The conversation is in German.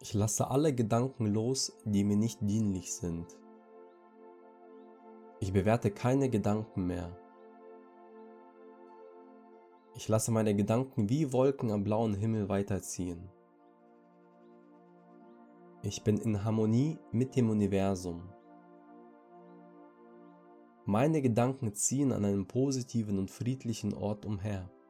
Ich lasse alle Gedanken los, die mir nicht dienlich sind. Ich bewerte keine Gedanken mehr. Ich lasse meine Gedanken wie Wolken am blauen Himmel weiterziehen. Ich bin in Harmonie mit dem Universum. Meine Gedanken ziehen an einem positiven und friedlichen Ort umher.